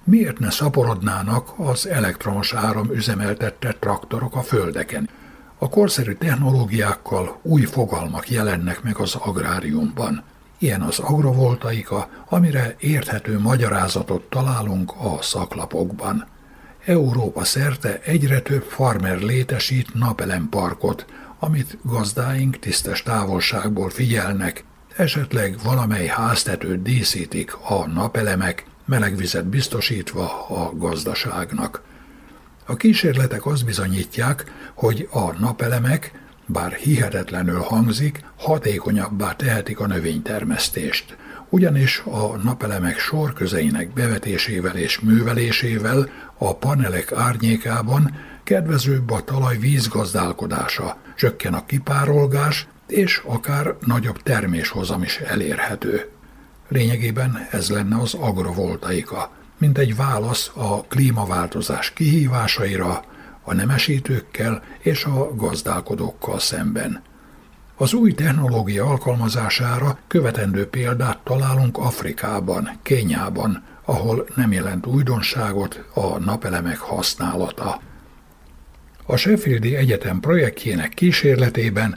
miért ne szaporodnának az elektromos áram üzemeltetett traktorok a földeken? A korszerű technológiákkal új fogalmak jelennek meg az agráriumban. Ilyen az agrovoltaika, amire érthető magyarázatot találunk a szaklapokban. Európa szerte egyre több farmer létesít napelemparkot, amit gazdáink tisztes távolságból figyelnek, esetleg valamely háztetőt díszítik a napelemek, melegvizet biztosítva a gazdaságnak. A kísérletek azt bizonyítják, hogy a napelemek, bár hihetetlenül hangzik, hatékonyabbá tehetik a növénytermesztést. Ugyanis a napelemek sorközeinek bevetésével és művelésével a panelek árnyékában kedvezőbb a talaj vízgazdálkodása, csökken a kipárolgás, és akár nagyobb terméshozam is elérhető. Lényegében ez lenne az agrovoltaika, mint egy válasz a klímaváltozás kihívásaira, a nemesítőkkel és a gazdálkodókkal szemben. Az új technológia alkalmazására követendő példát találunk Afrikában, Kenyában, ahol nem jelent újdonságot a napelemek használata. A Sheffieldi Egyetem projektjének kísérletében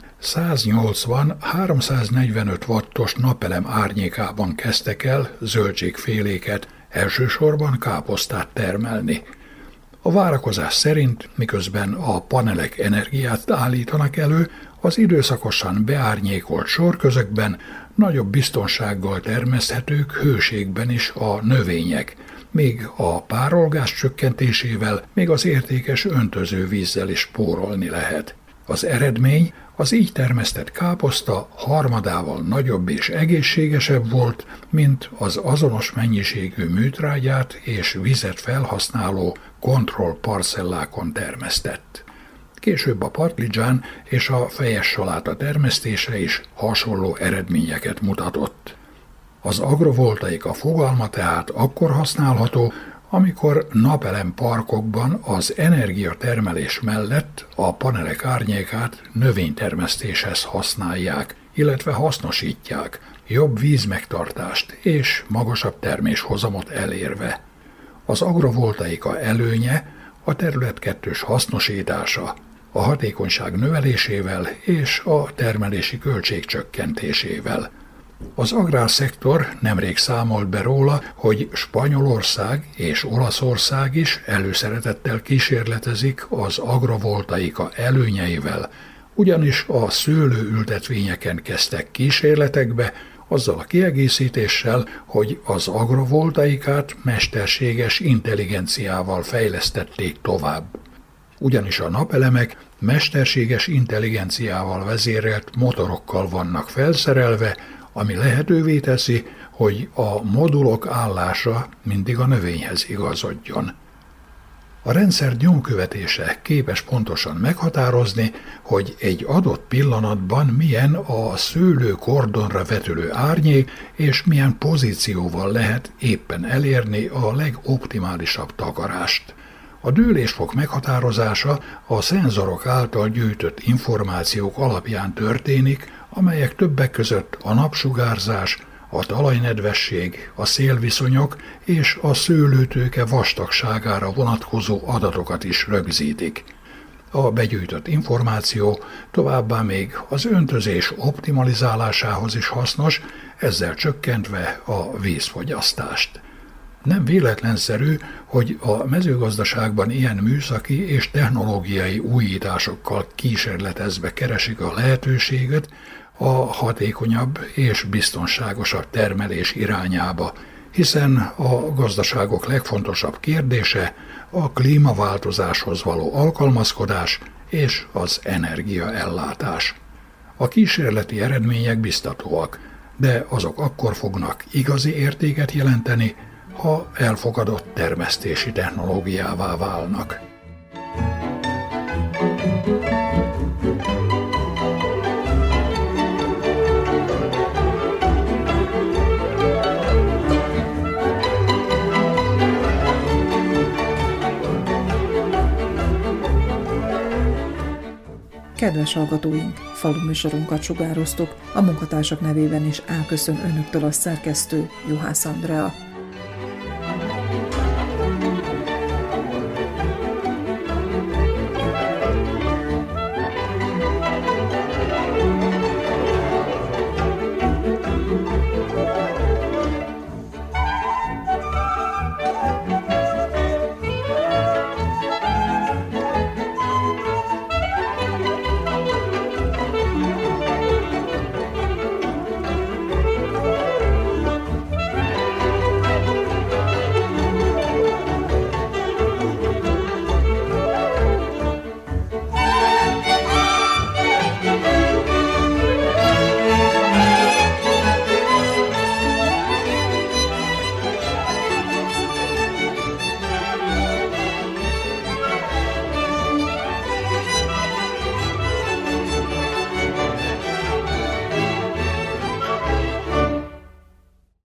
száznyolcvan-háromszáznegyvenöt wattos napelem árnyékában kezdtek el zöldségféléket, elsősorban káposztát termelni. A várakozás szerint, miközben a panelek energiát állítanak elő, az időszakosan beárnyékolt sorközökben nagyobb biztonsággal termeszthetők hőségben is a növények, még a párolgás csökkentésével még az értékes öntözővízzel is spórolni lehet. Az eredmény az így termesztett káposzta harmadával nagyobb és egészségesebb volt, mint az azonos mennyiségű műtrágyát és vizet felhasználó kontrollparcellákon termesztett. Később a partlidzsán és a fejes saláta termesztése is hasonló eredményeket mutatott. Az agrovoltaika fogalma tehát akkor használható, amikor napelemparkokban az energiatermelés mellett a panelek árnyékát növénytermesztéshez használják, illetve hasznosítják, jobb vízmegtartást és magasabb terméshozamot elérve. Az agrovoltaika előnye a terület kettős hasznosítása, a hatékonyság növelésével és a termelési költség csökkentésével. Az agrárszektor nemrég számolt be róla, hogy Spanyolország és Olaszország is előszeretettel kísérletezik az agrovoltaika előnyeivel, ugyanis a szőlőültetvényeken kezdtek kísérletekbe, azzal a kiegészítéssel, hogy az agrovoltaikát mesterséges intelligenciával fejlesztették tovább. Ugyanis a napelemek mesterséges intelligenciával vezérelt motorokkal vannak felszerelve, ami lehetővé teszi, hogy a modulok állása mindig a növényhez igazodjon. A rendszer nyomkövetése képes pontosan meghatározni, hogy egy adott pillanatban milyen a szőlő kordonra vetülő árnyék, és milyen pozícióval lehet éppen elérni a legoptimálisabb takarást. A dőlésfok meghatározása a szenzorok által gyűjtött információk alapján történik, amelyek többek között a napsugárzás, a talajnedvesség, a szélviszonyok és a szőlőtőke vastagságára vonatkozó adatokat is rögzítik. A begyűjtött információ továbbá még az öntözés optimalizálásához is hasznos, ezzel csökkentve a vízfogyasztást. Nem véletlenszerű, hogy a mezőgazdaságban ilyen műszaki és technológiai újításokkal kísérletezve keresik a lehetőséget a hatékonyabb és biztonságosabb termelés irányába, hiszen a gazdaságok legfontosabb kérdése a klímaváltozáshoz való alkalmazkodás és az energiaellátás. A kísérleti eredmények biztatóak, de azok akkor fognak igazi értéket jelenteni, ha elfogadott termesztési technológiává válnak. Kedves hallgatóink, faluműsorunkat sugároztuk, a munkatársak nevében is elköszön önöktől a szerkesztő, Juhász Andrea.